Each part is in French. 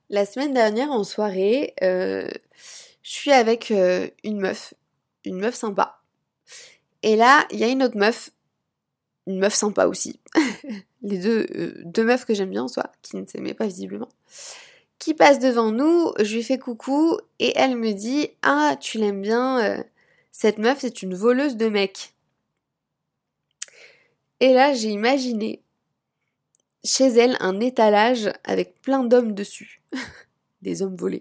La semaine dernière, en soirée, je suis avec une meuf sympa. Et là, il y a une autre meuf, une meuf sympa aussi. Les deux meufs que j'aime bien en soi, qui ne s'aimaient pas visiblement, qui passe devant nous, je lui fais coucou, et elle me dit « Ah, tu l'aimes bien, cette meuf, c'est une voleuse de mecs. » Et là, j'ai imaginé chez elle un étalage avec plein d'hommes dessus. Des hommes volés.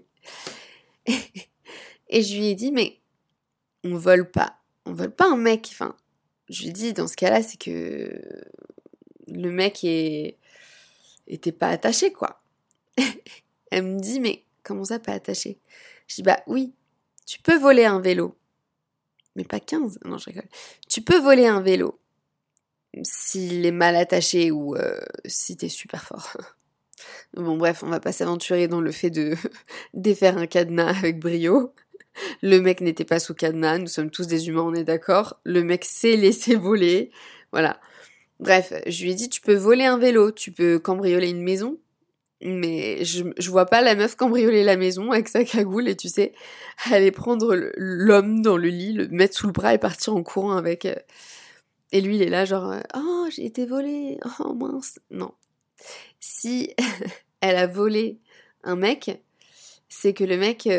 Et je lui ai dit « Mais on vole pas un mec. » Enfin, je lui ai dit « Dans ce cas-là, c'est que le mec était pas attaché, quoi. » Elle me dit « Mais comment ça, pas attaché ?» Je dis « Bah oui, tu peux voler un vélo. » Mais pas 15, non, je rigole. Tu peux voler un vélo s'il est mal attaché ou si t'es super fort. Bon bref, on va pas s'aventurer dans le fait de défaire un cadenas avec brio. Le mec n'était pas sous cadenas, nous sommes tous des humains, on est d'accord. Le mec s'est laissé voler, voilà. Bref, je lui ai dit tu peux voler un vélo, tu peux cambrioler une maison, mais je vois pas la meuf cambrioler la maison avec sa cagoule et tu sais, aller prendre l'homme dans le lit, le mettre sous le bras et partir en courant avec. Et lui, il est là genre oh, j'ai été volée, oh mince. Non. Si elle a volé un mec, c'est que le mec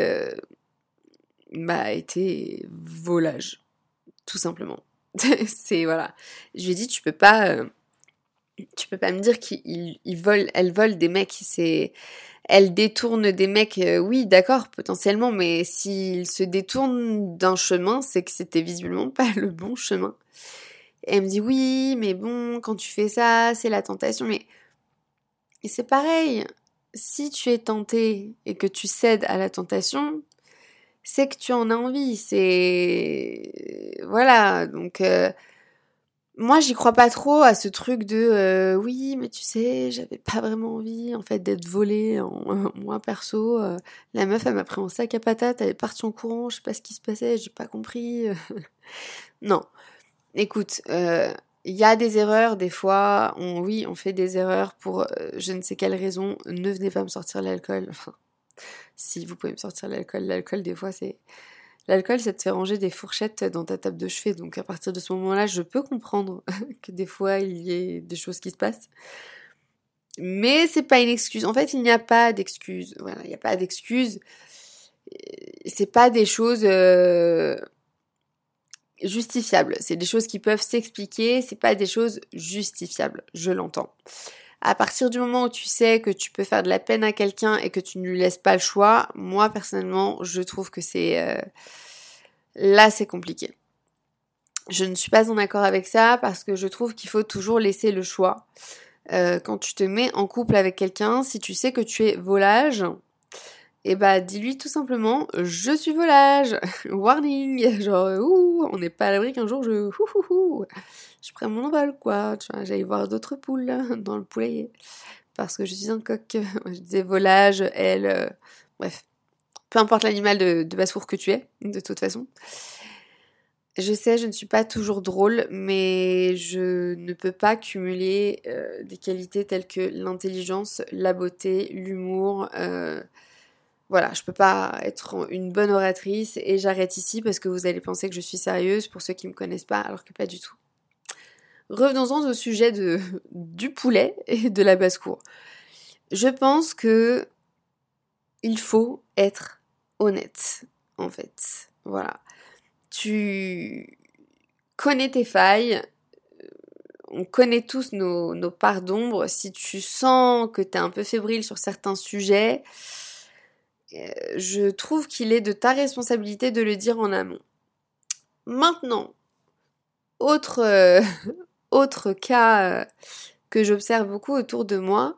était volage, tout simplement. C'est voilà. Je lui ai dit tu peux pas me dire elle vole des mecs, elle détourne des mecs, oui d'accord potentiellement, mais s'il se détourne d'un chemin, c'est que c'était visiblement pas le bon chemin. Et elle me dit oui, mais bon, quand tu fais ça, c'est la tentation, mais et c'est pareil. Si tu es tenté et que tu cèdes à la tentation, c'est que tu en as envie. Voilà, donc moi j'y crois pas trop à ce truc de oui, mais tu sais, j'avais pas vraiment envie en fait d'être volée. Moi perso, la meuf elle m'a pris en sac à patates, elle est partie en courant, je sais pas ce qui se passait, j'ai pas compris. Non, écoute, il y a des erreurs, des fois, on fait des erreurs pour je ne sais quelle raison. Ne venez pas me sortir l'alcool. Enfin, si vous pouvez me sortir l'alcool, des fois, c'est... L'alcool, ça te fait ranger des fourchettes dans ta table de chevet. Donc, à partir de ce moment-là, je peux comprendre que des fois, il y ait des choses qui se passent. Mais c'est pas une excuse. En fait, il n'y a pas d'excuse. Voilà, il n'y a pas d'excuse. C'est pas des choses... justifiables. C'est des choses qui peuvent s'expliquer, c'est pas des choses justifiables, je l'entends. À partir du moment où tu sais que tu peux faire de la peine à quelqu'un et que tu ne lui laisses pas le choix, moi personnellement, je trouve que là c'est compliqué. Je ne suis pas en accord avec ça parce que je trouve qu'il faut toujours laisser le choix. Quand tu te mets en couple avec quelqu'un, si tu sais que tu es volage, et bah dis-lui tout simplement je suis volage, warning, genre on n'est pas à l'abri qu'un jour je prends mon envol quoi, tu vois, j'allais voir d'autres poules dans le poulailler parce que je suis un coq. Je disais volage, bref, peu importe l'animal de basse-cour que tu es, de toute façon. Je sais, je ne suis pas toujours drôle, mais je ne peux pas cumuler des qualités telles que l'intelligence, la beauté, l'humour. Voilà, je peux pas être une bonne oratrice et j'arrête ici parce que vous allez penser que je suis sérieuse pour ceux qui me connaissent pas, alors que pas du tout. Revenons-en au sujet du poulet et de la basse-cour. Je pense que il faut être honnête, en fait. Voilà. Tu connais tes failles, on connaît tous nos parts d'ombre. Si tu sens que t'es un peu fébrile sur certains sujets, je trouve qu'il est de ta responsabilité de le dire en amont. Maintenant, autre, autre cas que j'observe beaucoup autour de moi,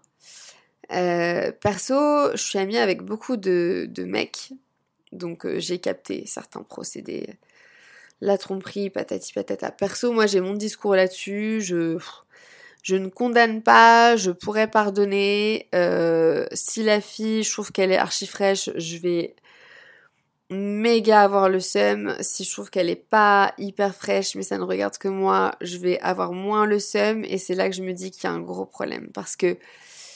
perso, je suis amie avec beaucoup de mecs, donc j'ai capté certains procédés, la tromperie, patati patata. Perso, moi j'ai mon discours là-dessus, je ne condamne pas, je pourrais pardonner. Si la fille, je trouve qu'elle est archi fraîche, je vais méga avoir le seum. Si je trouve qu'elle est pas hyper fraîche, mais ça ne regarde que moi, je vais avoir moins le seum. Et c'est là que je me dis qu'il y a un gros problème. Parce que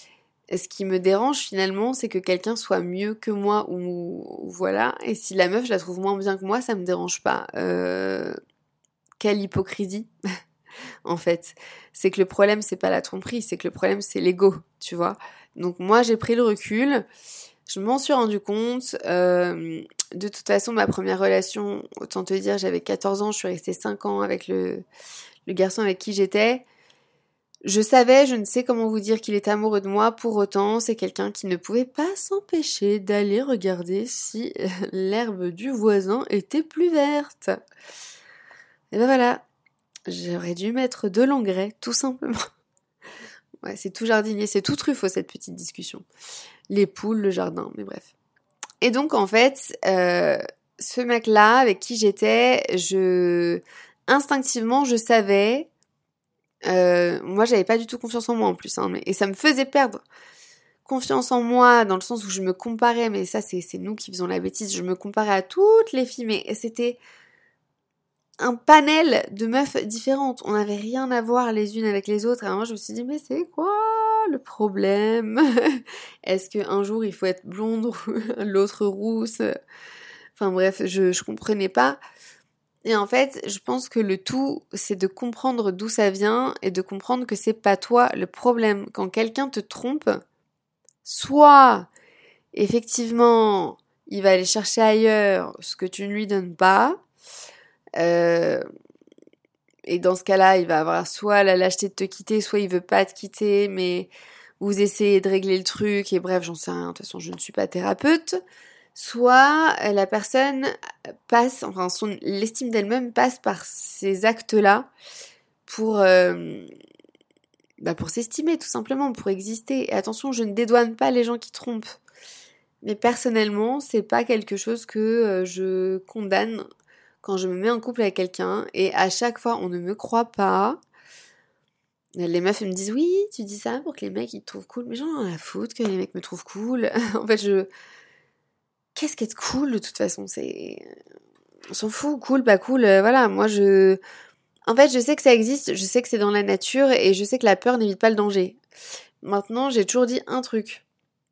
Et ce qui me dérange finalement, c'est que quelqu'un soit mieux que moi ou voilà. Et si la meuf, je la trouve moins bien que moi, ça me dérange pas. Quelle hypocrisie, en fait. C'est que le problème, c'est pas la tromperie, c'est que le problème, c'est l'ego, tu vois. Donc moi, j'ai pris le recul. Je m'en suis rendu compte. De toute façon, ma première relation, autant te dire, j'avais 14 ans, je suis restée 5 ans avec le garçon avec qui j'étais. Je savais, je ne sais comment vous dire qu'il est amoureux de moi, pour autant, c'est quelqu'un qui ne pouvait pas s'empêcher d'aller regarder si l'herbe du voisin était plus verte. Et ben voilà, j'aurais dû mettre de l'engrais, tout simplement. Ouais, c'est tout jardinier, c'est tout Truffaut cette petite discussion. Les poules, le jardin, mais bref. Et donc en fait, ce mec-là avec qui j'étais, instinctivement, je savais. Moi, j'avais pas du tout confiance en moi en plus, hein, et ça me faisait perdre confiance en moi dans le sens où je me comparais, mais ça c'est nous qui faisons la bêtise, je me comparais à toutes les filles, mais c'était un panel de meufs différentes, on n'avait rien à voir les unes avec les autres, et moi je me suis dit mais c'est quoi le problème? Est-ce qu'un jour il faut être blonde, l'autre rousse? Enfin bref, je comprenais pas. Et en fait, je pense que le tout, c'est de comprendre d'où ça vient et de comprendre que c'est pas toi le problème. Quand quelqu'un te trompe, soit, effectivement, il va aller chercher ailleurs ce que tu ne lui donnes pas, et dans ce cas-là, il va avoir soit la lâcheté de te quitter, soit il veut pas te quitter, mais vous essayez de régler le truc, et bref, j'en sais rien, de toute façon, je ne suis pas thérapeute. Soit la personne passe, enfin l'estime d'elle-même passe par ces actes-là pour s'estimer tout simplement, pour exister. Et attention, je ne dédouane pas les gens qui trompent, mais personnellement, c'est pas quelque chose que je condamne quand je me mets en couple avec quelqu'un. Et à chaque fois, on ne me croit pas. Les meufs elles me disent oui, tu dis ça pour que les mecs ils te trouvent cool, mais j'en ai à foutre que les mecs me trouvent cool. En fait, qu'est-ce qu'être cool de toute façon, on s'en fout, cool, pas cool, voilà, en fait, je sais que ça existe, je sais que c'est dans la nature et je sais que la peur n'évite pas le danger. Maintenant, j'ai toujours dit un truc.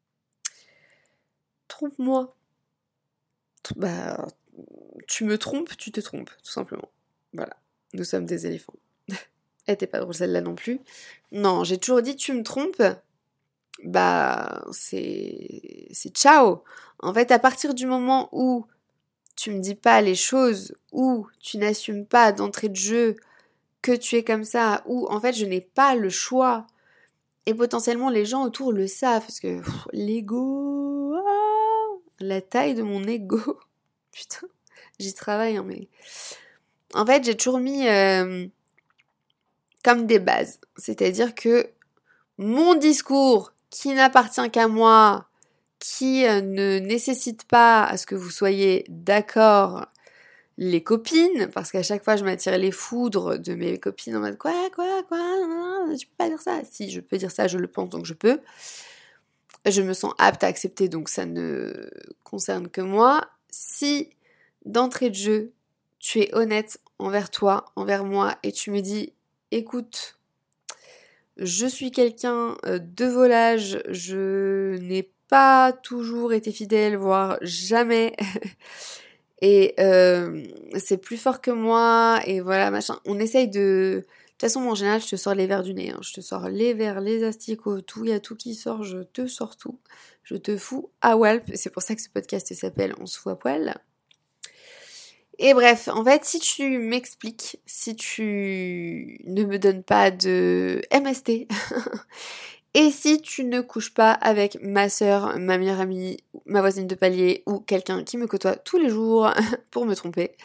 Trompe-moi. Bah, tu me trompes, tu te trompes, tout simplement. Voilà, nous sommes des éléphants. Elle était pas drôle celle-là non plus. Non, j'ai toujours dit tu me trompes, bah, c'est ciao. En fait, à partir du moment où tu me dis pas les choses, ou tu n'assumes pas d'entrée de jeu que tu es comme ça, ou en fait je n'ai pas le choix, et potentiellement les gens autour le savent, parce que l'ego, la taille de mon ego, putain, j'y travaille, hein, mais en fait j'ai toujours mis comme des bases, c'est-à-dire que mon discours qui n'appartient qu'à moi, qui ne nécessite pas à ce que vous soyez d'accord les copines, parce qu'à chaque fois je m'attire les foudres de mes copines en mode quoi, non, tu peux pas dire ça. Si, je peux dire ça, je le pense, donc je peux. Je me sens apte à accepter, donc ça ne concerne que moi. Si, d'entrée de jeu, tu es honnête envers toi, envers moi, et tu me dis, écoute, je suis quelqu'un de volage, je n'ai pas toujours été fidèle, voire jamais. Et c'est plus fort que moi, et voilà, machin. On essaye de... De toute façon, moi, en général, je te sors les vers du nez. Hein. Je te sors les vers, les asticots, tout. Il y a tout qui sort, je te sors tout. Je te fous à Walp. C'est pour ça que ce podcast s'appelle On se fout à poil. Et bref, en fait, si tu m'expliques, si tu ne me donnes pas de MST... Et si tu ne couches pas avec ma sœur, ma meilleure amie, ma voisine de palier ou quelqu'un qui me côtoie tous les jours pour me tromper,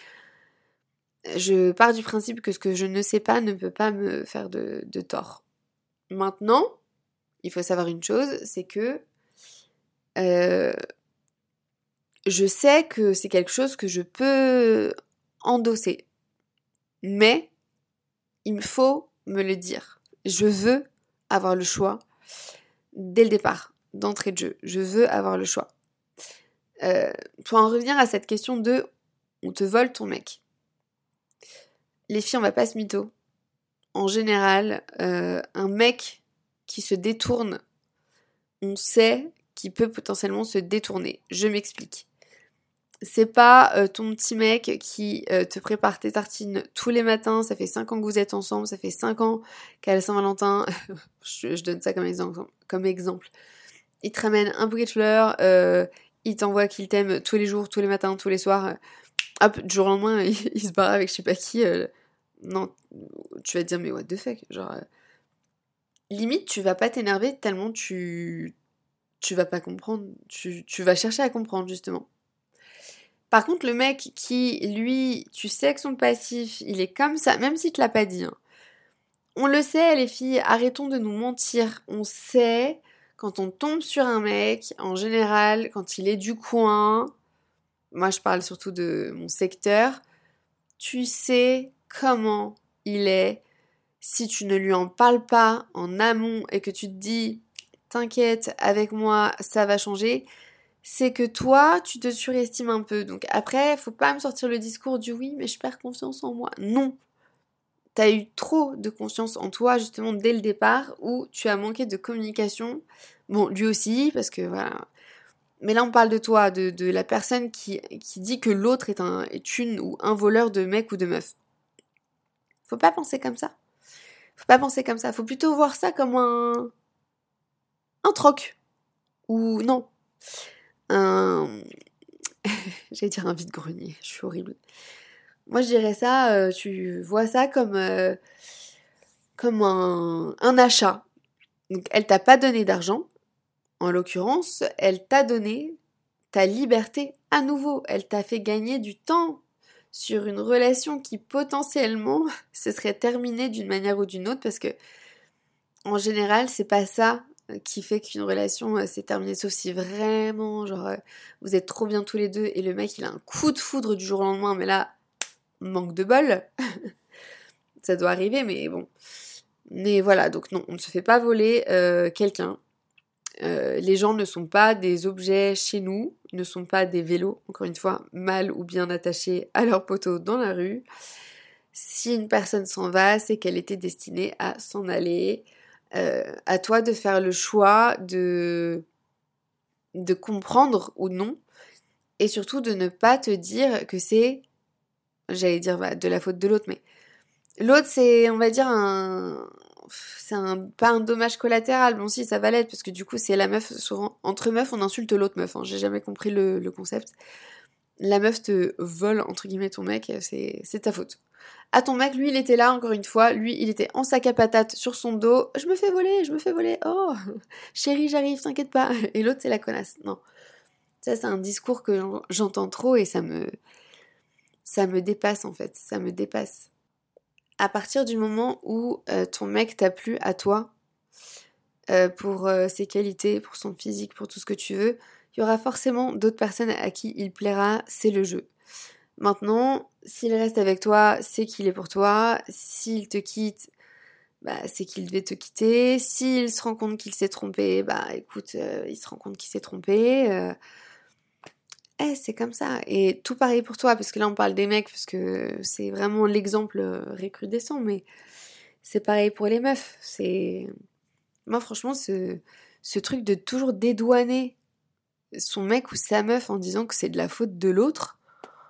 je pars du principe que ce que je ne sais pas ne peut pas me faire de tort. Maintenant, il faut savoir une chose, c'est que je sais que c'est quelque chose que je peux endosser. Mais il me faut me le dire. Je veux avoir le choix dès le départ, d'entrée de jeu. Je veux avoir le choix. Pour en revenir à cette question de on te vole ton mec. Les filles, on va pas se mytho. En général, un mec qui se détourne on sait qu'il peut potentiellement se détourner. Je m'explique. C'est pas ton petit mec qui te prépare tes tartines tous les matins, ça fait 5 ans que vous êtes ensemble, ça fait 5 ans qu'à la Saint-Valentin, je donne ça comme exemple. Il te ramène un bouquet de fleurs, il t'envoie qu'il t'aime tous les jours, tous les matins, tous les soirs. Hop, du jour au lendemain, il se barre avec je sais pas qui. Non, tu vas te dire, mais what the fuck, genre... limite, tu vas pas t'énerver tellement tu vas pas comprendre, tu vas chercher à comprendre, justement. Par contre, le mec qui, lui, tu sais que son passif, il est comme ça, même s'il te l'a pas dit, hein. On le sait, les filles, arrêtons de nous mentir. On sait, quand on tombe sur un mec, en général, quand il est du coin, moi je parle surtout de mon secteur, tu sais comment il est. Si tu ne lui en parles pas en amont et que tu te dis, t'inquiète, avec moi, ça va changer, c'est que toi, tu te surestimes un peu. Donc après, faut pas me sortir le discours du oui, mais je perds confiance en moi. Non, t'as eu trop de confiance en toi, justement, dès le départ, où tu as manqué de communication. Bon, lui aussi, parce que voilà. Mais là, on parle de toi, de la personne qui dit que l'autre est une ou un voleur de mec ou de meuf. Faut pas penser comme ça. Faut pas penser comme ça. Faut plutôt voir ça comme un troc. Ou non. J'allais dire un vide-grenier. Je suis horrible. Moi, je dirais ça, tu vois ça comme un achat. Donc, elle t'a pas donné d'argent. En l'occurrence, elle t'a donné ta liberté à nouveau. Elle t'a fait gagner du temps sur une relation qui potentiellement se serait terminée d'une manière ou d'une autre parce que en général, c'est pas ça qui fait qu'une relation s'est terminée, sauf si vraiment, genre, vous êtes trop bien tous les deux et le mec il a un coup de foudre du jour au lendemain, mais là, manque de bol. Ça doit arriver, mais bon. Mais voilà, donc non, on ne se fait pas voler quelqu'un. Les gens ne sont pas des objets chez nous, ne sont pas des vélos, encore une fois, mal ou bien attachés à leur poteau dans la rue. Si une personne s'en va, c'est qu'elle était destinée à s'en aller. À toi de faire le choix de comprendre ou non, et surtout de ne pas te dire que c'est, j'allais dire de la faute de l'autre, mais l'autre c'est, on va dire, pas un dommage collatéral, bon si ça va l'être, parce que du coup c'est la meuf, souvent, entre meufs on insulte l'autre meuf, hein. J'ai jamais compris le concept. La meuf te vole, entre guillemets, ton mec, c'est ta faute. À ton mec, lui, il était là, encore une fois, lui, il était en sac à patates sur son dos, je me fais voler, oh, chérie, j'arrive, t'inquiète pas. Et l'autre, c'est la connasse. Non. Ça, c'est un discours que j'entends trop et ça me dépasse, en fait, ça me dépasse. À partir du moment où ton mec t'a plu à toi, pour ses qualités, pour son physique, pour tout ce que tu veux, il y aura forcément d'autres personnes à qui il plaira, c'est le jeu. Maintenant, s'il reste avec toi, c'est qu'il est pour toi. S'il te quitte, bah, c'est qu'il devait te quitter. S'il se rend compte qu'il s'est trompé, bah écoute, il se rend compte qu'il s'est trompé. C'est comme ça. Et tout pareil pour toi, parce que là on parle des mecs, parce que c'est vraiment l'exemple récrudescent, mais c'est pareil pour les meufs. Moi franchement, ce truc de toujours dédouaner son mec ou sa meuf en disant que c'est de la faute de l'autre,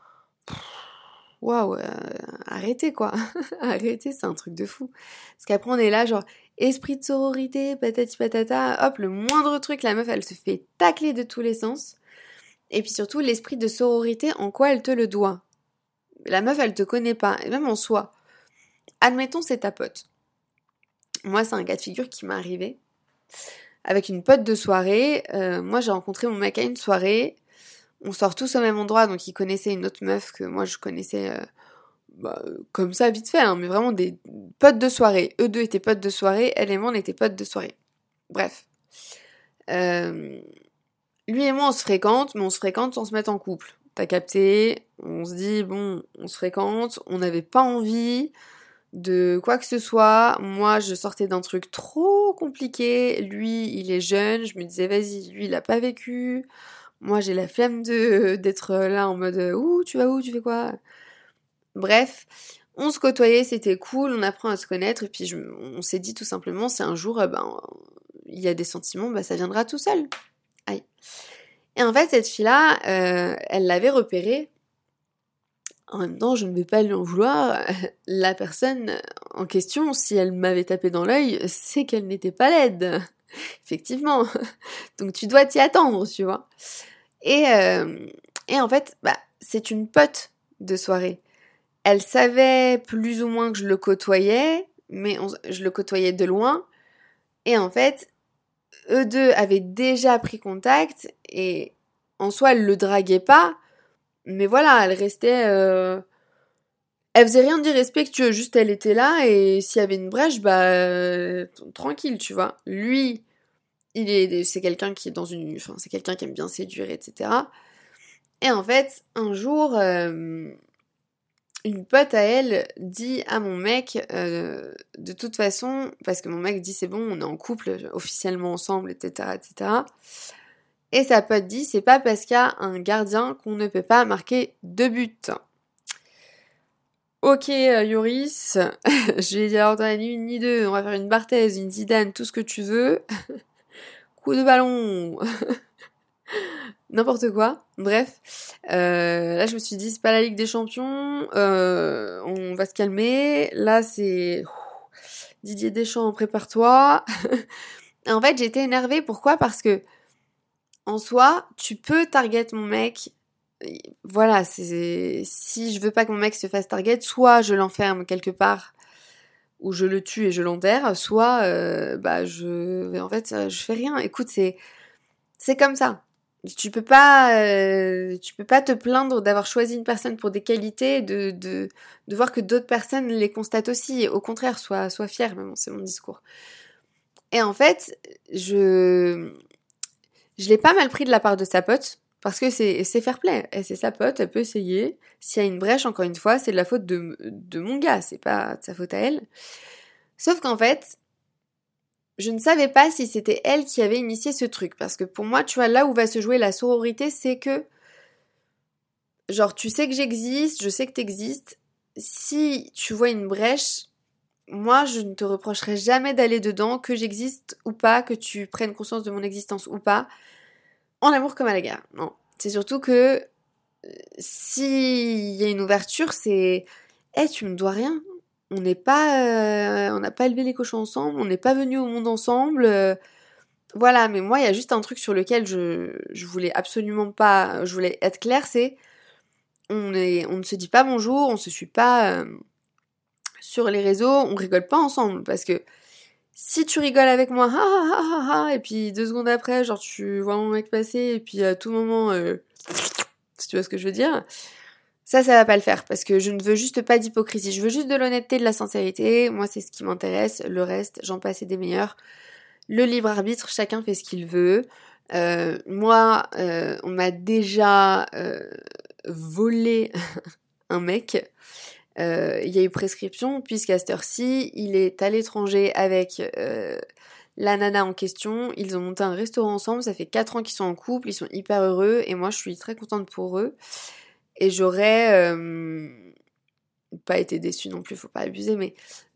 waouh, arrêtez quoi, arrêtez, c'est un truc de fou. Parce qu'après on est là genre, esprit de sororité, patati patata, hop, le moindre truc, la meuf elle se fait tacler de tous les sens. Et puis surtout l'esprit de sororité, en quoi elle te le doit. La meuf elle te connaît pas, et même en soi. Admettons c'est ta pote. Moi c'est un cas de figure qui m'est arrivé. Avec une pote de soirée, moi j'ai rencontré mon mec à une soirée, on sort tous au même endroit, donc il connaissait une autre meuf que moi je connaissais comme ça vite fait, hein, mais vraiment des potes de soirée. Eux deux étaient potes de soirée, elle et moi on était potes de soirée. Bref. Lui et moi on se fréquente, mais on se fréquente sans se mettre en couple. T'as capté, on se dit bon, on se fréquente, on n'avait pas envie de quoi que ce soit. Moi, je sortais d'un truc trop compliqué. Lui, il est jeune. Je me disais, vas-y, lui, il a pas vécu. Moi, j'ai la flemme d'être là en mode, ouh, tu vas où, tu fais quoi? Bref, on se côtoyait, c'était cool, on apprend à se connaître. Et puis, on s'est dit tout simplement, si un jour, il y a des sentiments, bah ça viendra tout seul. Aïe. Et en fait, cette fille-là, elle l'avait repéré. En même temps, je ne vais pas lui en vouloir. La personne en question, si elle m'avait tapé dans l'œil, c'est qu'elle n'était pas laide. Effectivement. Donc tu dois t'y attendre, tu vois. Et en fait, bah, c'est une pote de soirée. Elle savait plus ou moins que je le côtoyais, mais je le côtoyais de loin. Et en fait, eux deux avaient déjà pris contact et en soi, elle le draguait pas. Mais voilà, elle restait... Elle faisait rien d'irrespectueux, juste elle était là et s'il y avait une brèche, bah... tranquille, tu vois. Lui, c'est quelqu'un qui est dans une... Enfin, c'est quelqu'un qui aime bien séduire, etc. Et en fait, un jour, une pote à elle dit à mon mec, de toute façon, parce que mon mec dit c'est bon, on est en couple, officiellement ensemble, etc., etc. Et sa pote dit, c'est pas parce qu'il y a un gardien qu'on ne peut pas marquer 2 buts. Ok, Yoris, je vais dire alors t'en as ni une ni deux, on va faire une Barthez, une Zidane, tout ce que tu veux. Coup de ballon. N'importe quoi. Bref, là je me suis dit c'est pas la Ligue des Champions, on va se calmer. Là c'est Didier Deschamps, prépare-toi. En fait j'étais énervée, pourquoi ? Parce que en soi tu peux target mon mec. Voilà, si je veux pas que mon mec se fasse target, soit je l'enferme quelque part ou je le tue et je l'enterre, soit je fais rien. Écoute, c'est comme ça. Tu peux pas te plaindre d'avoir choisi une personne pour des qualités, de voir que d'autres personnes les constatent aussi. Au contraire, sois fier, mais bon, c'est mon discours. Et en fait, je l'ai pas mal pris de la part de sa pote, parce que c'est fair play. Et c'est sa pote, elle peut essayer. S'il y a une brèche, encore une fois, c'est de la faute de mon gars, c'est pas de sa faute à elle. Sauf qu'en fait, je ne savais pas si c'était elle qui avait initié ce truc. Parce que pour moi, tu vois, là où va se jouer la sororité, c'est que, genre, tu sais que j'existe, je sais que t'existes. Si tu vois une brèche, moi, je ne te reprocherai jamais d'aller dedans, que j'existe ou pas, que tu prennes conscience de mon existence ou pas. En amour comme à la guerre. Non. C'est surtout que s'il y a une ouverture, c'est tu me dois rien. On n'a pas élevé les cochons ensemble, on n'est pas venus au monde ensemble. Voilà, mais moi, il y a juste un truc sur lequel je voulais absolument pas. Je voulais être claire, c'est on ne se dit pas bonjour, on se suit pas sur les réseaux, on rigole pas ensemble. Parce que si tu rigoles avec moi, et puis 2 secondes après, genre tu vois mon mec passer, et puis à tout moment, si tu vois ce que je veux dire, ça va pas le faire, parce que je ne veux juste pas d'hypocrisie, je veux juste de l'honnêteté, de la sincérité, moi c'est ce qui m'intéresse, le reste, j'en passe et des meilleurs. Le libre arbitre, chacun fait ce qu'il veut. Moi, on m'a déjà volé un mec. Il y a eu prescription, puisqu'à cette heure-ci, il est à l'étranger avec la nana en question. Ils ont monté un restaurant ensemble, ça fait 4 ans qu'ils sont en couple, ils sont hyper heureux, et moi je suis très contente pour eux. Et j'aurais pas été déçue non plus, faut pas abuser, mais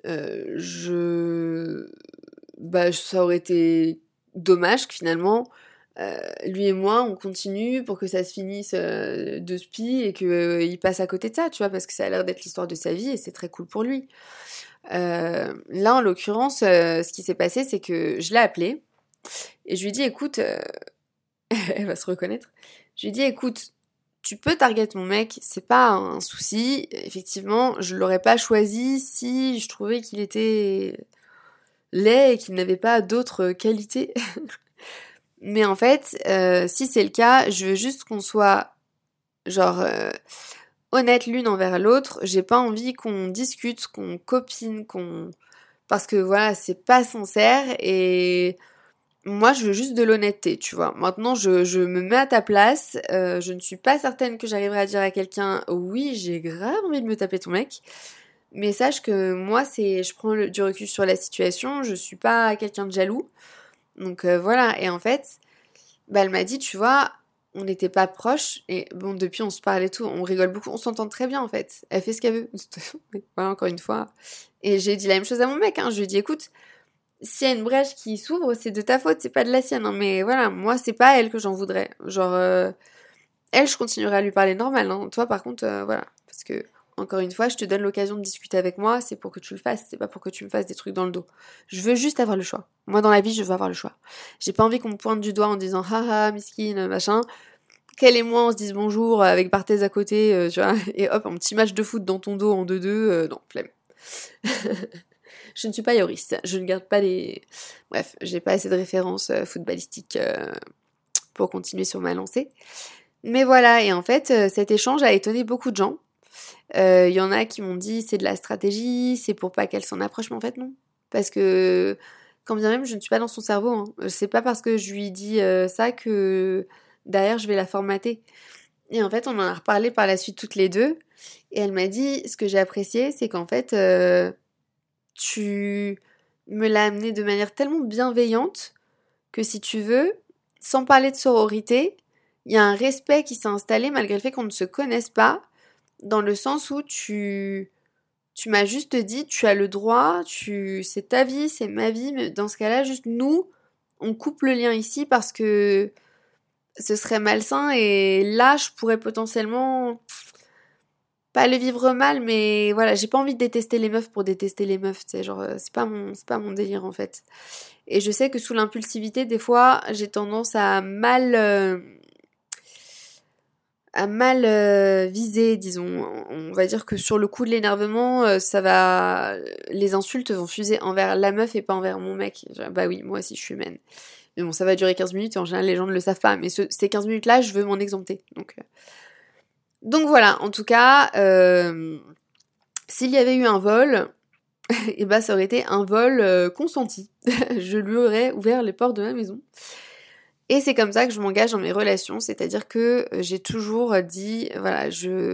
ça aurait été dommage que finalement lui et moi on continue pour que ça se finisse de spi et qu'il passe à côté de ça, tu vois, parce que ça a l'air d'être l'histoire de sa vie et c'est très cool pour lui. Là en l'occurrence, ce qui s'est passé, c'est que je l'ai appelé et je lui ai dit écoute, elle va se reconnaître, je lui ai dit écoute, tu peux target mon mec, c'est pas un souci. Effectivement, je l'aurais pas choisi si je trouvais qu'il était laid et qu'il n'avait pas d'autres qualités. Mais en fait, si c'est le cas, je veux juste qu'on soit genre honnête l'une envers l'autre. J'ai pas envie qu'on discute, qu'on copine, parce que voilà, c'est pas sincère et moi, je veux juste de l'honnêteté, tu vois. Maintenant, je me mets à ta place. Je ne suis pas certaine que j'arriverai à dire à quelqu'un oui, j'ai grave envie de me taper ton mec. Mais sache que moi, je prends du recul sur la situation. Je suis pas quelqu'un de jaloux. Donc voilà. Et en fait, elle m'a dit, tu vois, on n'était pas proches. Et bon, depuis, on se parle et tout. On rigole beaucoup. On s'entend très bien, en fait. Elle fait ce qu'elle veut. Voilà, encore une fois. Et j'ai dit la même chose à mon mec. Je lui ai dit, écoute, s'il y a une brèche qui s'ouvre, c'est de ta faute, c'est pas de la sienne, hein, mais voilà, moi c'est pas à elle que j'en voudrais. Genre, elle, je continuerai à lui parler normal, hein. Toi par contre, voilà, parce que encore une fois, je te donne l'occasion de discuter avec moi, c'est pour que tu le fasses, c'est pas pour que tu me fasses des trucs dans le dos. Je veux juste avoir le choix. Moi dans la vie, je veux avoir le choix. J'ai pas envie qu'on me pointe du doigt en disant haha, miskine, machin. Qu'elle et moi on se dise bonjour avec Barthez à côté, tu vois, et hop, un petit match de foot dans ton dos en 2-2, non, flemme. Je ne suis pas Yoris, je ne garde pas les... Bref, j'ai pas assez de références footballistiques pour continuer sur ma lancée. Mais voilà, et en fait, cet échange a étonné beaucoup de gens. Il y en a qui m'ont dit c'est de la stratégie, c'est pour pas qu'elle s'en approche, mais en fait non. Parce que, quand bien même, je ne suis pas dans son cerveau. Hein. C'est pas parce que je lui dis ça que derrière je vais la formater. Et en fait, on en a reparlé par la suite toutes les deux. Et elle m'a dit, ce que j'ai apprécié, c'est qu'en fait, tu me l'as amené de manière tellement bienveillante que si tu veux, sans parler de sororité, il y a un respect qui s'est installé malgré le fait qu'on ne se connaisse pas, dans le sens où tu m'as juste dit, tu as le droit, c'est ta vie, c'est ma vie, mais dans ce cas-là, juste nous, on coupe le lien ici parce que ce serait malsain et là, je pourrais potentiellement pas le vivre mal, mais voilà, j'ai pas envie de détester les meufs pour détester les meufs, tu sais, genre, c'est pas mon délire en fait. Et je sais que sous l'impulsivité, des fois, j'ai tendance à mal viser, disons. On va dire que sur le coup de l'énervement, les insultes vont fuser envers la meuf et pas envers mon mec. Bah oui, moi aussi je suis humaine. Mais bon, ça va durer 15 minutes et en général les gens ne le savent pas. Mais ces 15 minutes-là, je veux m'en exempter. Donc voilà, en tout cas, s'il y avait eu un vol, et bah ça aurait été un vol consenti. Je lui aurais ouvert les portes de ma maison. Et c'est comme ça que je m'engage dans mes relations, c'est-à-dire que j'ai toujours dit, voilà,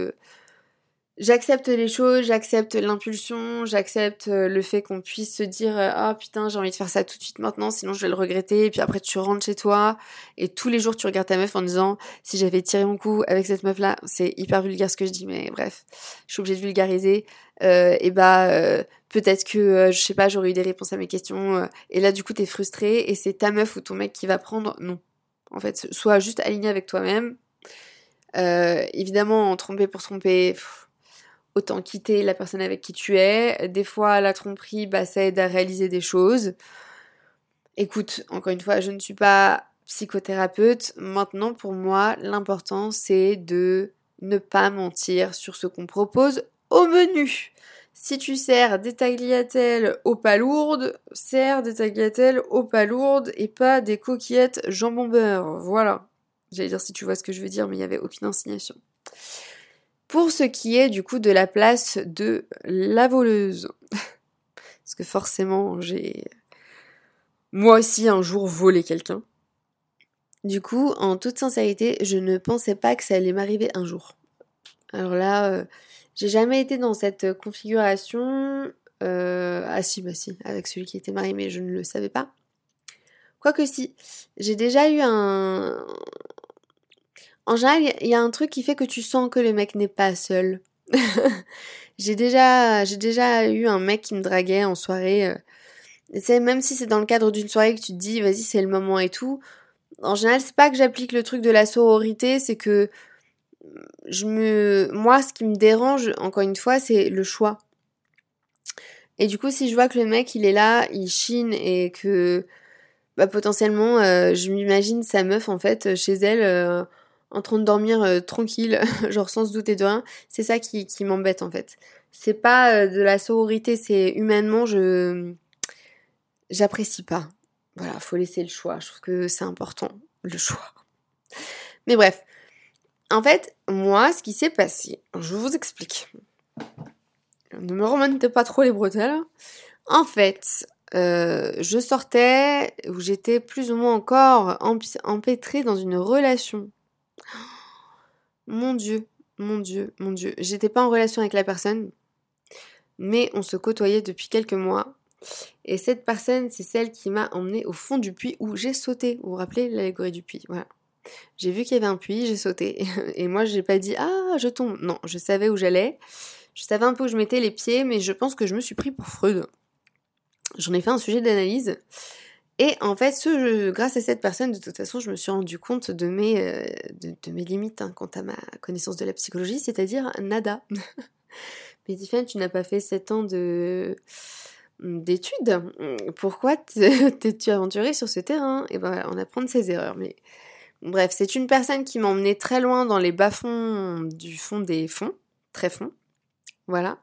j'accepte les choses, j'accepte l'impulsion, j'accepte le fait qu'on puisse se dire ah putain j'ai envie de faire ça tout de suite maintenant sinon je vais le regretter et puis après tu rentres chez toi et tous les jours tu regardes ta meuf en disant si j'avais tiré mon coup avec cette meuf là, c'est hyper vulgaire ce que je dis mais bref, je suis obligée de vulgariser peut-être que je sais pas j'aurais eu des réponses à mes questions et là du coup t'es frustrée et c'est ta meuf ou ton mec qui va prendre, non. En fait, sois juste aligné avec toi-même. Évidemment, tromper pour tromper, autant quitter la personne avec qui tu es. Des fois, la tromperie, bah, ça aide à réaliser des choses. Écoute, encore une fois, je ne suis pas psychothérapeute. Maintenant, pour moi, l'important, c'est de ne pas mentir sur ce qu'on propose au menu. Si tu sers des tagliatelles aux palourdes, sers des tagliatelles aux palourdes et pas des coquillettes jambon beurre. Voilà. J'allais dire si tu vois ce que je veux dire, mais il n'y avait aucune insinuation. Pour ce qui est du coup de la place de la voleuse. Parce que forcément, j'ai moi aussi un jour volé quelqu'un. Du coup, en toute sincérité, je ne pensais pas que ça allait m'arriver un jour. Alors là, j'ai jamais été dans cette configuration. Ah si, bah si, avec celui qui était marié, mais je ne le savais pas. Quoique si, j'ai déjà eu un... En général, il y a un truc qui fait que tu sens que le mec n'est pas seul. J'ai déjà eu un mec qui me draguait en soirée. Même si c'est dans le cadre d'une soirée que tu te dis, vas-y, c'est le moment et tout. En général, c'est pas que j'applique le truc de la sororité, c'est que moi, ce qui me dérange, encore une fois, c'est le choix. Et du coup, si je vois que le mec, il est là, il chine et que, bah, potentiellement, je m'imagine sa meuf, en fait, chez elle, en train de dormir tranquille, genre sans se douter de rien, c'est ça qui m'embête, en fait. C'est pas de la sororité, c'est humainement, j'apprécie pas. Voilà, faut laisser le choix. Je trouve que c'est important, le choix. Mais bref. En fait, moi, ce qui s'est passé, je vous explique. Ne me remontez pas trop les bretelles. En fait, je sortais où j'étais plus ou moins encore empêtrée dans une relation. Mon Dieu, mon Dieu, mon Dieu. J'étais pas en relation avec la personne, mais on se côtoyait depuis quelques mois. Et cette personne, c'est celle qui m'a emmenée au fond du puits où j'ai sauté. Vous vous rappelez l'allégorie du puits? Voilà. J'ai vu qu'il y avait un puits, j'ai sauté. Et moi, j'ai pas dit « Ah, je tombe ». Non, je savais où j'allais. Je savais un peu où je mettais les pieds, mais je pense que je me suis pris pour Freud. J'en ai fait un sujet d'analyse. Et en fait, grâce à cette personne, de toute façon, je me suis rendu compte de mes limites quant à ma connaissance de la psychologie, c'est-à-dire nada. Mais Tiffany, tu n'as pas fait 7 ans d'études. Pourquoi t'es-tu aventurée sur ce terrain? Et ben, on apprend de ses erreurs. Mais bref, c'est une personne qui m'a emmenée très loin dans les bas-fonds du fond des fonds, très fond. Voilà.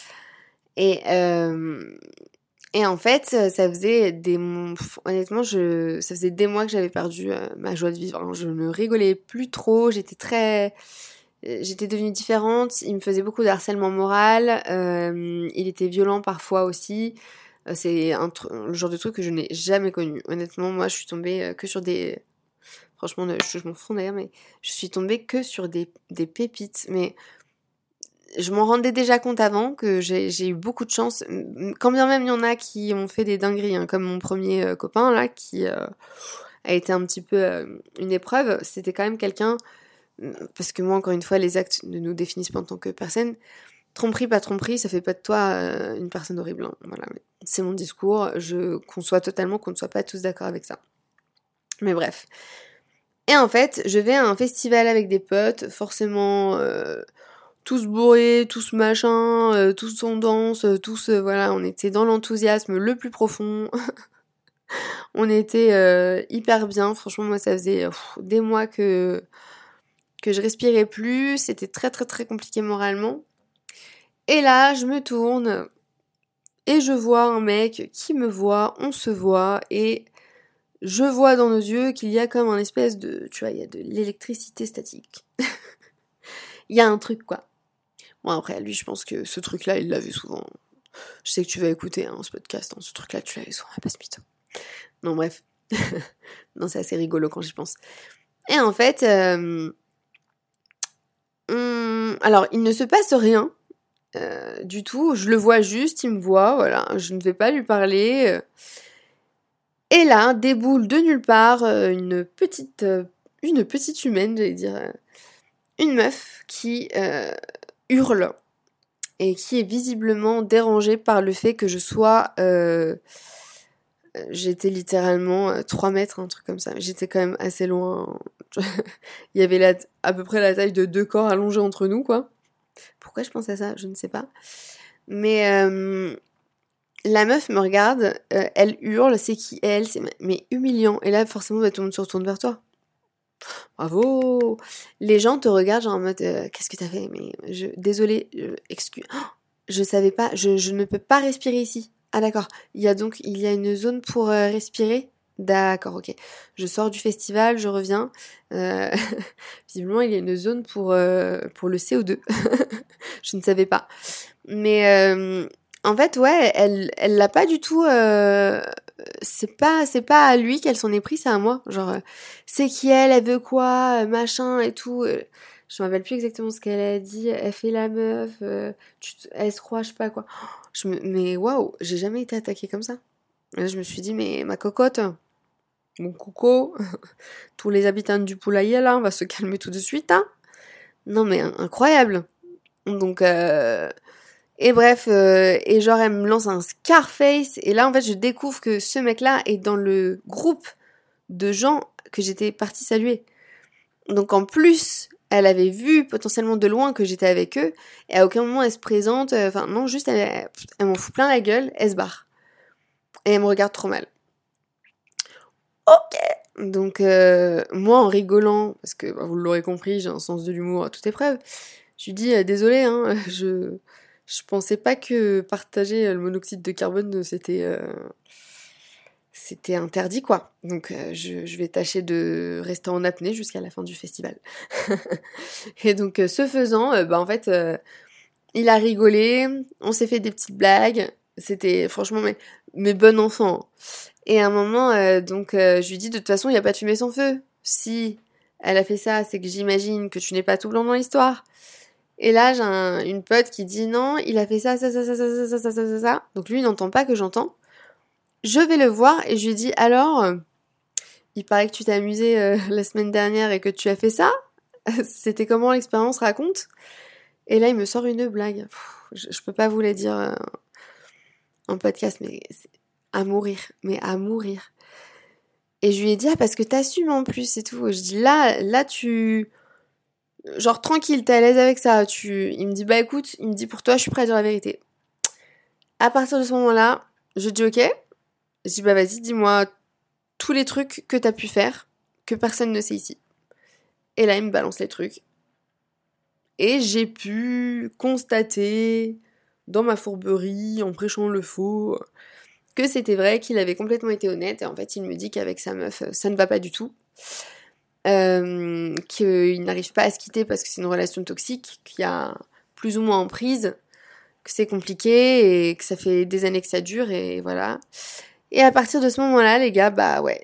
Et en fait, ça faisait honnêtement, ça faisait des mois que j'avais perdu ma joie de vivre. Je ne rigolais plus trop, j'étais devenue différente. Il me faisait beaucoup de harcèlement moral. Il était violent parfois aussi. C'est le genre de truc que je n'ai jamais connu. Honnêtement, moi, je suis tombée que sur des... Franchement, je m'en fous d'ailleurs, mais je suis tombée que sur des pépites. Mais je m'en rendais déjà compte avant que j'ai eu beaucoup de chance. Quand bien même il y en a qui ont fait des dingueries, comme mon premier copain là, qui a été un petit peu une épreuve. C'était quand même quelqu'un, parce que moi encore une fois les actes ne nous définissent pas en tant que personne. Tromperie, pas tromperie, ça fait pas de toi une personne horrible. Voilà, c'est mon discours. Je conçois totalement qu'on ne soit pas tous d'accord avec ça. Mais bref. Et en fait, je vais à un festival avec des potes, forcément tous bourrés, tous machin, tous en danse, tous voilà, on était dans l'enthousiasme le plus profond. On était hyper bien. Franchement, moi ça faisait des mois que je respirais plus, c'était très très très compliqué moralement. Et là, je me tourne et je vois un mec qui me voit, on se voit et je vois dans nos yeux qu'il y a comme un espèce de, tu vois, il y a de l'électricité statique. Il y a un truc quoi. Bon après, lui, je pense que ce truc-là, il l'a vu souvent. Je sais que tu vas écouter ce podcast, ce truc-là, tu l'as vu souvent, pas ce mytho. Non bref. Non, c'est assez rigolo quand j'y pense. Et en fait, alors, il ne se passe rien du tout. Je le vois juste, il me voit, voilà. Je ne vais pas lui parler. Et là, déboule de nulle part une petite humaine, j'allais dire, une meuf qui hurle et qui est visiblement dérangée par le fait que je sois... j'étais littéralement 3 mètres, un truc comme ça. J'étais quand même assez loin. Il y avait à peu près la taille de 2 corps allongés entre nous, quoi. Pourquoi je pense à ça? Je ne sais pas. Mais la meuf me regarde, elle hurle, c'est qui elle? Mais humiliant. Et là, forcément, tout le monde se retourne vers toi. Bravo! Les gens te regardent genre en mode qu'est-ce que t'as fait? Mais désolée, excuse. Oh, je savais pas, je ne peux pas respirer ici. Ah d'accord, il y a une zone pour respirer? D'accord, ok. Je sors du festival, je reviens. Visiblement, il y a une zone pour le CO2. Je ne savais pas. Mais en fait, ouais, elle l'a pas du tout... c'est pas à lui qu'elle s'en est pris, c'est à moi. Genre, c'est qui elle veut quoi, machin et tout. Je me rappelle plus exactement ce qu'elle a dit. Elle fait la meuf, elle se croit, je sais pas quoi. Mais waouh, j'ai jamais été attaquée comme ça. Et là, je me suis dit, mais ma cocotte, mon coco, tous les habitants du poulailler là, on va se calmer tout de suite, hein. Non mais incroyable. Donc, et bref, et genre elle me lance un Scarface, et là en fait je découvre que ce mec-là est dans le groupe de gens que j'étais partie saluer. Donc en plus, elle avait vu potentiellement de loin que j'étais avec eux, et à aucun moment elle se présente, non, juste elle m'en fout plein la gueule, elle se barre. Et elle me regarde trop mal. Ok. Donc moi en rigolant, parce que vous l'aurez compris, j'ai un sens de l'humour à toute épreuve, je lui dis désolée, hein, je pensais pas que partager le monoxyde de carbone c'était interdit quoi. Donc je vais tâcher de rester en apnée jusqu'à la fin du festival. Et donc ce faisant, en fait il a rigolé, on s'est fait des petites blagues, c'était franchement mes bons enfants. Et à un moment je lui dis de toute façon il y a pas de fumée sans feu. Si elle a fait ça, c'est que j'imagine que tu n'es pas tout blanc dans l'histoire. Et là, j'ai une pote qui dit non, il a fait ça. Donc lui, il n'entend pas que j'entends. Je vais le voir et je lui dis alors, il paraît que tu t'es amusé la semaine dernière et que tu as fait ça. C'était comment l'expérience, raconte. Et là, il me sort une blague. Je peux pas vous la dire en podcast, mais c'est à mourir, mais à mourir. Et je lui ai dit, ah, parce que t'assumes en plus et tout. Je dis, là, tu... Genre, tranquille, t'es à l'aise avec ça. Il me dit, bah écoute, il me dit, pour toi, je suis prêt à dire la vérité. À partir de ce moment-là, je dis, ok. Je dis, bah vas-y, dis-moi tous les trucs que t'as pu faire, que personne ne sait ici. Et là, il me balance les trucs. Et j'ai pu constater, dans ma fourberie, en prêchant le faux, que c'était vrai, qu'il avait complètement été honnête. Et en fait, il me dit qu'avec sa meuf, ça ne va pas du tout. Qu'il n'arrive pas à se quitter parce que c'est une relation toxique, qu'il y a plus ou moins emprise, que c'est compliqué et que ça fait des années que ça dure et voilà. Et à partir de ce moment-là, les gars, bah ouais,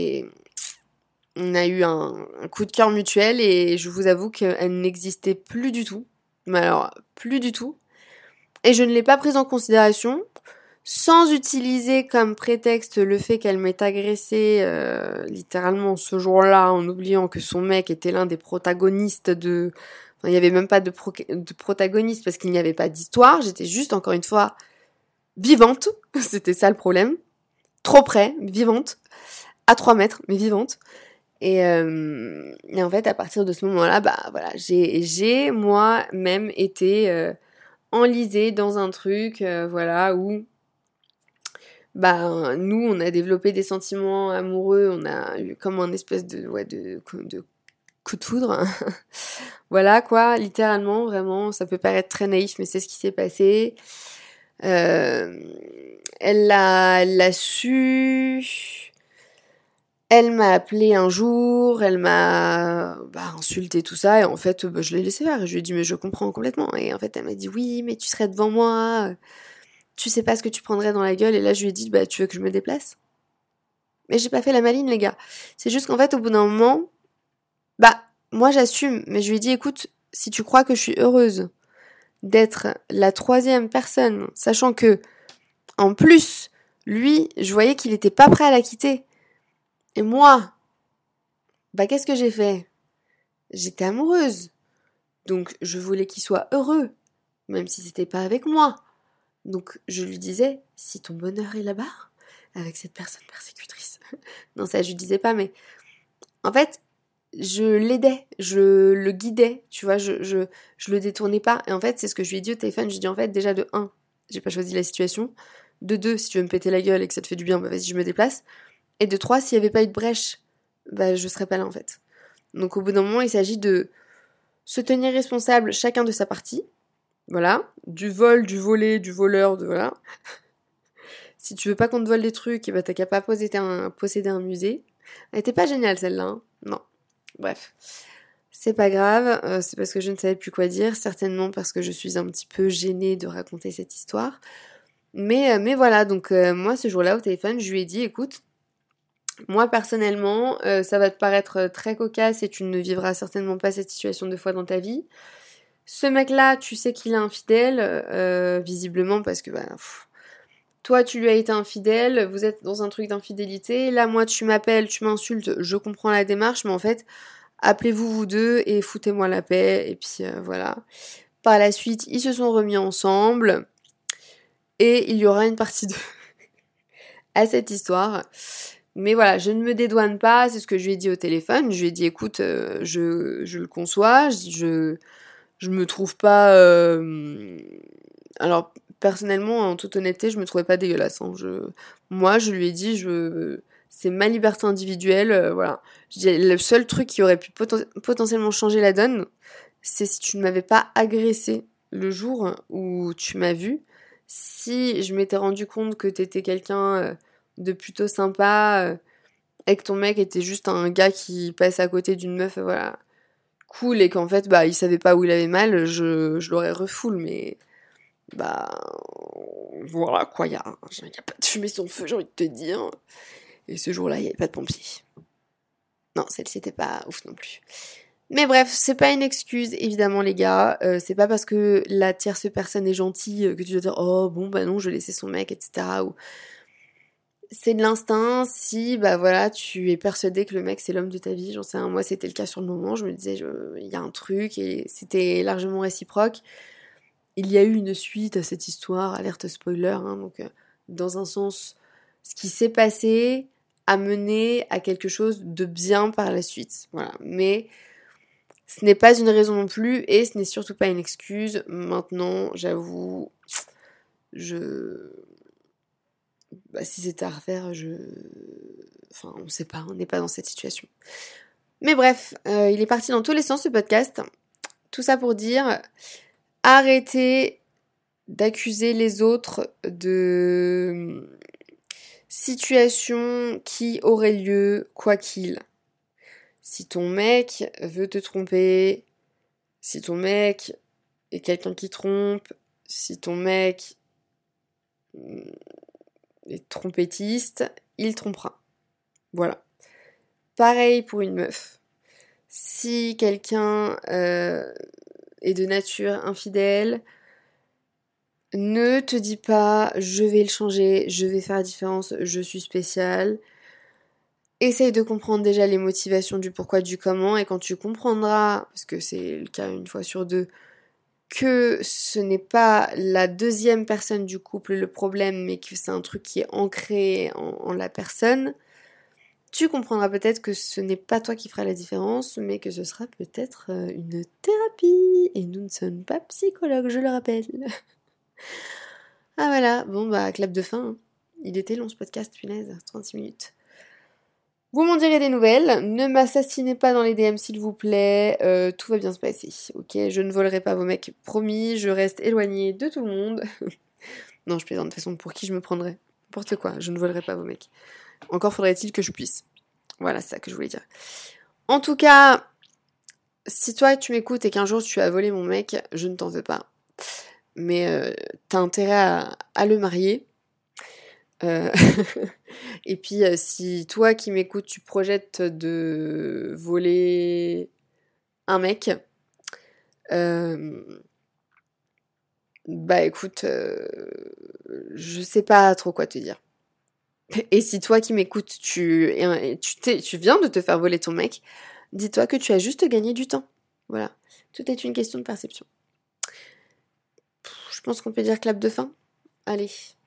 on a eu un coup de cœur mutuel et je vous avoue qu'elle n'existait plus du tout. Mais alors, plus du tout. Et je ne l'ai pas prise en considération, sans utiliser comme prétexte le fait qu'elle m'ait agressée littéralement ce jour-là, en oubliant que son mec était l'un des protagonistes de... Enfin, il n'y avait même pas de protagoniste parce qu'il n'y avait pas d'histoire, j'étais juste, encore une fois, vivante. C'était ça le problème. Trop près, vivante. À 3 mètres, mais vivante. Et en fait, à partir de ce moment-là, bah voilà, j'ai moi-même été enlisée dans un truc, voilà, où bah nous, on a développé des sentiments amoureux, on a eu comme un espèce de coup de foudre. Voilà quoi, littéralement, vraiment, ça peut paraître très naïf, mais c'est ce qui s'est passé. Elle l'a su. Elle m'a appelé un jour, elle m'a insulté tout ça, et en fait, je l'ai laissé faire. Je lui ai dit, mais je comprends complètement. Et en fait, elle m'a dit, oui, mais tu serais devant moi, tu sais pas ce que tu prendrais dans la gueule. Et là, je lui ai dit, bah, tu veux que je me déplace? Mais j'ai pas fait la maline, les gars. C'est juste qu'en fait, au bout d'un moment, bah, moi, j'assume. Mais je lui ai dit, écoute, si tu crois que je suis heureuse d'être la 3e personne, sachant que, en plus, lui, je voyais qu'il était pas prêt à la quitter. Et moi, bah, qu'est-ce que j'ai fait? J'étais amoureuse. Donc, je voulais qu'il soit heureux, même si c'était pas avec moi. Donc, je lui disais, si ton bonheur est là-bas, avec cette personne persécutrice. Non, ça, je lui disais pas, mais en fait, je l'aidais, je le guidais, tu vois, je le détournais pas. Et en fait, c'est ce que je lui ai dit au téléphone. Je lui ai dit, en fait, déjà de 1, j'ai pas choisi la situation. De 2, si tu veux me péter la gueule et que ça te fait du bien, bah vas-y, je me déplace. Et de 3, s'il y avait pas eu de brèche, bah je serais pas là, en fait. Donc, au bout d'un moment, il s'agit de se tenir responsable chacun de sa partie. Voilà. Du vol, du volé, du voleur, de voilà. Si tu veux pas qu'on te vole des trucs, bah t'as qu'à pas posséder un musée. Elle était pas géniale celle-là, hein. Non. Bref. C'est pas grave, c'est parce que je ne savais plus quoi dire, certainement parce que je suis un petit peu gênée de raconter cette histoire. Mais voilà, donc moi ce jour-là au téléphone, je lui ai dit, écoute, moi personnellement, ça va te paraître très cocasse et tu ne vivras certainement pas cette situation 2 fois dans ta vie. Ce mec-là, tu sais qu'il est infidèle, visiblement parce que toi tu lui as été infidèle, vous êtes dans un truc d'infidélité, là moi tu m'appelles, tu m'insultes, je comprends la démarche, mais en fait, appelez-vous vous deux et foutez-moi la paix, et puis voilà. Par la suite, ils se sont remis ensemble, et il y aura une partie 2 à cette histoire. Mais voilà, je ne me dédouane pas, c'est ce que je lui ai dit au téléphone. Je lui ai dit, écoute, je le conçois, je me trouve pas... Alors, personnellement, en toute honnêteté, je me trouvais pas dégueulasse. Hein. Moi, je lui ai dit, c'est ma liberté individuelle, voilà. Je dis, le seul truc qui aurait pu potentiellement changer la donne, c'est si tu ne m'avais pas agressé le jour où tu m'as vu. Si je m'étais rendu compte que t'étais quelqu'un de plutôt sympa et que ton mec était juste un gars qui passe à côté d'une meuf, voilà, cool, et qu'en fait, il savait pas où il avait mal, je l'aurais refoule, mais voilà quoi, y a pas de fumée sans feu, j'ai envie de te dire. Et ce jour-là, il y avait pas de pompiers. Non, celle-ci était pas ouf non plus. Mais bref, c'est pas une excuse, évidemment, les gars. C'est pas parce que la tierce personne est gentille que tu dois dire oh bon bah non, je laissais son mec, etc. Ou c'est de l'instinct. Si voilà, tu es persuadé que le mec c'est l'homme de ta vie, j'en sais rien. Moi, c'était le cas sur le moment. Je me disais il y a un truc et c'était largement réciproque. Il y a eu une suite à cette histoire, alerte spoiler. Hein, donc dans un sens, ce qui s'est passé a mené à quelque chose de bien par la suite. Voilà. Mais ce n'est pas une raison non plus et ce n'est surtout pas une excuse. Maintenant, j'avoue, si c'était à refaire, Enfin, on sait pas, on n'est pas dans cette situation. Mais bref, il est parti dans tous les sens ce podcast. Tout ça pour dire, arrêtez d'accuser les autres de situations qui auraient lieu quoi qu'il. Si ton mec veut te tromper, si ton mec est quelqu'un qui trompe, si ton mec est trompettiste, il trompera. Voilà. Pareil pour une meuf. Si quelqu'un est de nature infidèle, ne te dis pas je vais le changer, je vais faire la différence, je suis spéciale. Essaye de comprendre déjà les motivations du pourquoi, du comment, et quand tu comprendras, parce que c'est le cas une fois sur deux, que ce n'est pas la deuxième personne du couple le problème, mais que c'est un truc qui est ancré en la personne, tu comprendras peut-être que ce n'est pas toi qui feras la différence, mais que ce sera peut-être une thérapie. Et nous ne sommes pas psychologues, je le rappelle. Ah voilà, bon bah clap de fin. Hein. Il était long ce podcast, punaise, 36 minutes. Vous m'en direz des nouvelles, ne m'assassinez pas dans les DM s'il vous plaît, tout va bien se passer, ok? Je ne volerai pas vos mecs, promis, je reste éloignée de tout le monde. Non, je plaisante, de toute façon, pour qui je me prendrais? N'importe quoi, je ne volerai pas vos mecs. Encore faudrait-il que je puisse. Voilà, c'est ça que je voulais dire. En tout cas, si toi tu m'écoutes et qu'un jour tu as volé mon mec, je ne t'en veux pas. Mais t'as intérêt à le marier. Et puis si toi qui m'écoutes, tu projettes de voler un mec, bah écoute, je sais pas trop quoi te dire. Et si toi qui m'écoutes, tu viens de te faire voler ton mec, dis-toi que tu as juste gagné du temps. Voilà, tout est une question de perception. Je pense qu'on peut dire clap de fin. Allez.